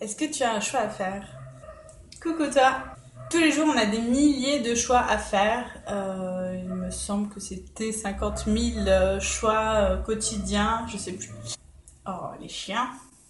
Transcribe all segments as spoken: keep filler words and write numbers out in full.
Est-ce que tu as un choix à faire? Coucou toi! Tous les jours, on a des milliers de choix à faire. Euh, il me semble que c'était cinquante mille choix euh, quotidiens, je sais plus. Oh, les chiens.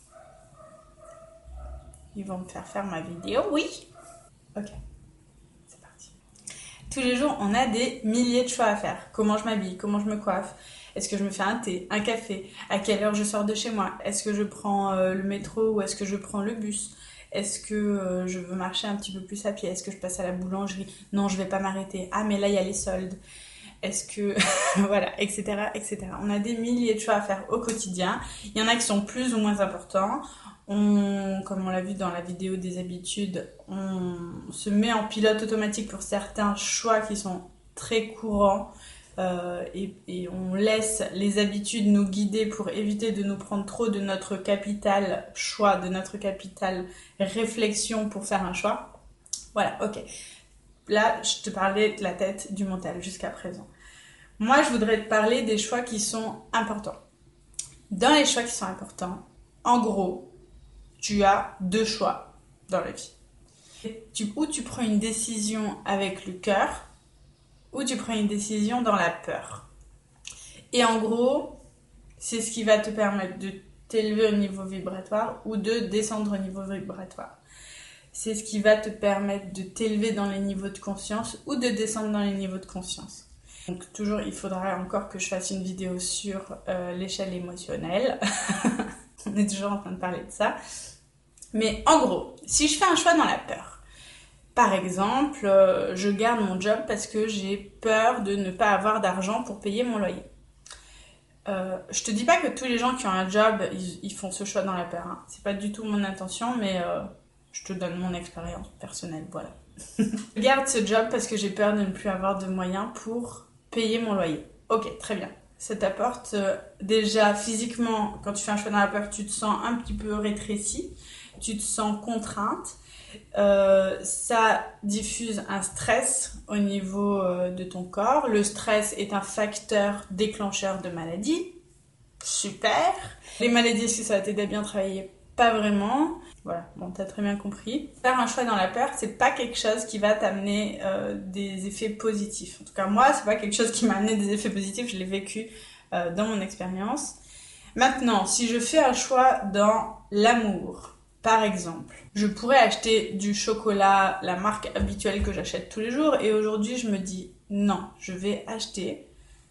Ils vont me faire faire ma vidéo, oui? Ok, c'est parti. Tous les jours, on a des milliers de choix à faire. Comment je m'habille? Comment je me coiffe? Est-ce que je me fais un thé, un café? À quelle heure je sors de chez moi? Est-ce que je prends euh, le métro ou est-ce que je prends le bus? Est-ce que euh, je veux marcher un petit peu plus à pied? Est-ce que je passe à la boulangerie? Non, je vais pas m'arrêter. Ah, mais là, il y a les soldes. Est-ce que... voilà, et cetera, et cetera. On a des milliers de choix à faire au quotidien. Il y en a qui sont plus ou moins importants. On, comme on l'a vu dans la vidéo des habitudes, on se met en pilote automatique pour certains choix qui sont très courants. Euh, et, et on laisse les habitudes nous guider pour éviter de nous prendre trop de notre capital choix, de notre capital réflexion pour faire un choix. Voilà, ok. Là, je te parlais de la tête, du mental jusqu'à présent. Moi, je voudrais te parler des choix qui sont importants. Dans les choix qui sont importants, en gros, tu as deux choix dans la vie. Tu, ou tu prends une décision avec le cœur, ou tu prends une décision dans la peur. Et en gros, c'est ce qui va te permettre de t'élever au niveau vibratoire ou de descendre au niveau vibratoire. C'est ce qui va te permettre de t'élever dans les niveaux de conscience ou de descendre dans les niveaux de conscience. Donc toujours, il faudra encore que je fasse une vidéo sur euh, l'échelle émotionnelle. On est toujours en train de parler de ça. Mais en gros, si je fais un choix dans la peur, par exemple, euh, je garde mon job parce que j'ai peur de ne pas avoir d'argent pour payer mon loyer. Euh, je te dis pas que tous les gens qui ont un job, ils, ils font ce choix dans la peur. Hein. C'est pas du tout mon intention, mais euh, je te donne mon expérience personnelle, voilà. Je garde ce job parce que j'ai peur de ne plus avoir de moyens pour payer mon loyer. Ok, très bien. Ça t'apporte euh, déjà physiquement, quand tu fais un choix dans la peur, tu te sens un petit peu rétréci, tu te sens contrainte. Euh, ça diffuse un stress au niveau euh, de ton corps. Le stress est un facteur déclencheur de maladie. Super. Les maladies, est-ce que ça va t'aider à bien travailler? Pas vraiment. Voilà, bon, t'as très bien compris. Faire un choix dans la peur, c'est pas quelque chose qui va t'amener euh, des effets positifs. En tout cas, moi, c'est pas quelque chose qui m'a amené des effets positifs. Je l'ai vécu euh, dans mon expérience. Maintenant, si je fais un choix dans l'amour, par exemple, je pourrais acheter du chocolat, la marque habituelle que j'achète tous les jours, et aujourd'hui je me dis non, je vais acheter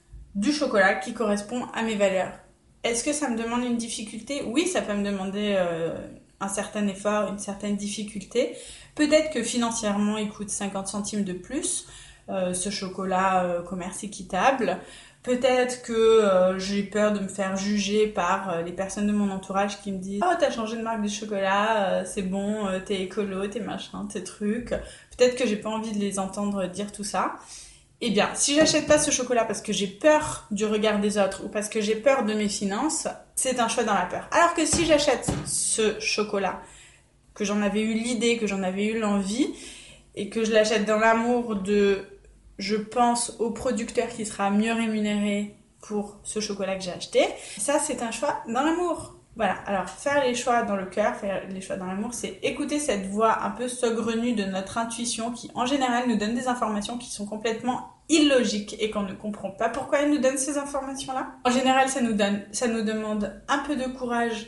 du chocolat qui correspond à mes valeurs. Est-ce que ça me demande une difficulté? Oui, ça peut me demander euh, un certain effort, une certaine difficulté. Peut-être que financièrement il coûte cinquante centimes de plus, euh, ce chocolat euh, commerce équitable. Peut-être que euh, j'ai peur de me faire juger par euh, les personnes de mon entourage qui me disent « Oh, t'as changé de marque de chocolat, euh, c'est bon, euh, t'es écolo, t'es machin, t'es truc. » Peut-être que j'ai pas envie de les entendre dire tout ça. Eh bien, si j'achète pas ce chocolat parce que j'ai peur du regard des autres ou parce que j'ai peur de mes finances, c'est un choix dans la peur. Alors que si j'achète ce chocolat, que j'en avais eu l'idée, que j'en avais eu l'envie, et que je l'achète dans l'amour de... je pense au producteur qui sera mieux rémunéré pour ce chocolat que j'ai acheté. Ça, c'est un choix dans l'amour. Voilà, alors faire les choix dans le cœur, faire les choix dans l'amour, c'est écouter cette voix un peu saugrenue de notre intuition qui, en général, nous donne des informations qui sont complètement illogiques et qu'on ne comprend pas pourquoi elle nous donne ces informations-là. En général, ça nous donne, ça nous demande un peu de courage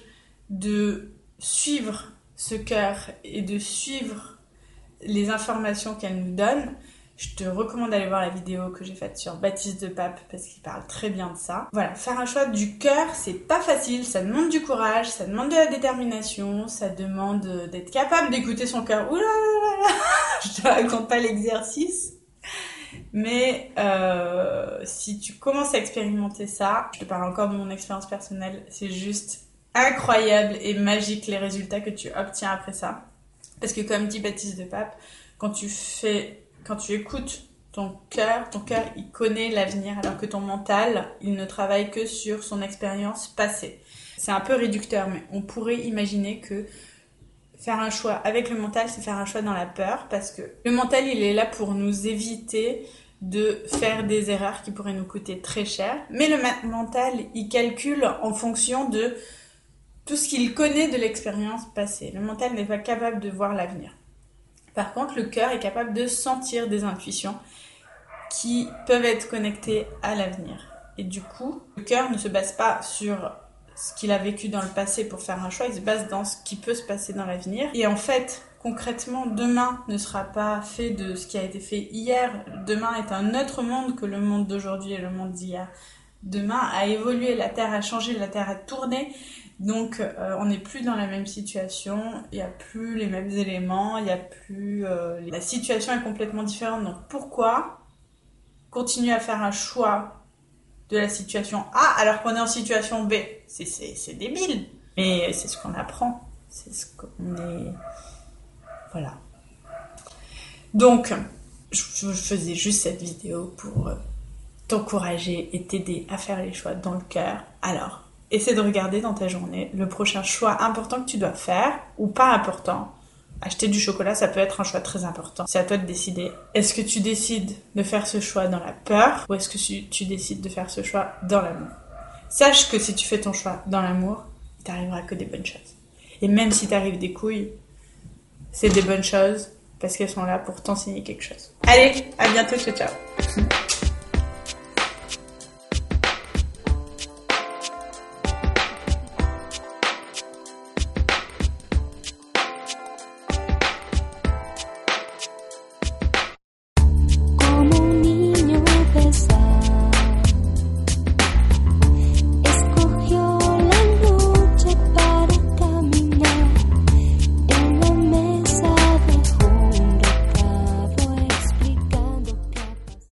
de suivre ce cœur et de suivre les informations qu'elle nous donne. Je te recommande d'aller voir la vidéo que j'ai faite sur Baptiste de Pape parce qu'il parle très bien de ça. Voilà, faire un choix du cœur, c'est pas facile, ça demande du courage, ça demande de la détermination, ça demande d'être capable d'écouter son cœur. Ouh là là là, je te raconte pas l'exercice. Mais euh, si tu commences à expérimenter ça, je te parle encore de mon expérience personnelle, c'est juste incroyable et magique les résultats que tu obtiens après ça. Parce que comme dit Baptiste de Pape, quand tu fais... Quand tu écoutes ton cœur, ton cœur, il connaît l'avenir, alors que ton mental, il ne travaille que sur son expérience passée. C'est un peu réducteur, mais on pourrait imaginer que faire un choix avec le mental, c'est faire un choix dans la peur, parce que le mental, il est là pour nous éviter de faire des erreurs qui pourraient nous coûter très cher. Mais le mental, il calcule en fonction de tout ce qu'il connaît de l'expérience passée. Le mental n'est pas capable de voir l'avenir. Par contre, le cœur est capable de sentir des intuitions qui peuvent être connectées à l'avenir. Et du coup, le cœur ne se base pas sur ce qu'il a vécu dans le passé pour faire un choix, il se base dans ce qui peut se passer dans l'avenir. Et en fait, concrètement, demain ne sera pas fait de ce qui a été fait hier. Demain est un autre monde que le monde d'aujourd'hui et le monde d'hier. Demain a évolué, la Terre a changé, la Terre a tourné. Donc, euh, on n'est plus dans la même situation, il n'y a plus les mêmes éléments, il n'y a plus... Euh, la situation est complètement différente. Donc, pourquoi continuer à faire un choix de la situation A alors qu'on est en situation B? C'est, c'est, c'est débile. Mais c'est ce qu'on apprend. C'est ce qu'on est... Voilà. Donc, je, je faisais juste cette vidéo pour euh, t'encourager et t'aider à faire les choix dans le cœur. Alors, essaie de regarder dans ta journée le prochain choix important que tu dois faire ou pas important. Acheter du chocolat, ça peut être un choix très important. C'est à toi de décider. Est-ce que tu décides de faire ce choix dans la peur ou est-ce que tu, tu décides de faire ce choix dans l'amour? Sache que si tu fais ton choix dans l'amour, il t'arrivera que des bonnes choses. Et même si t'arrives des couilles, c'est des bonnes choses parce qu'elles sont là pour t'enseigner quelque chose. Allez, à bientôt, ciao ciao.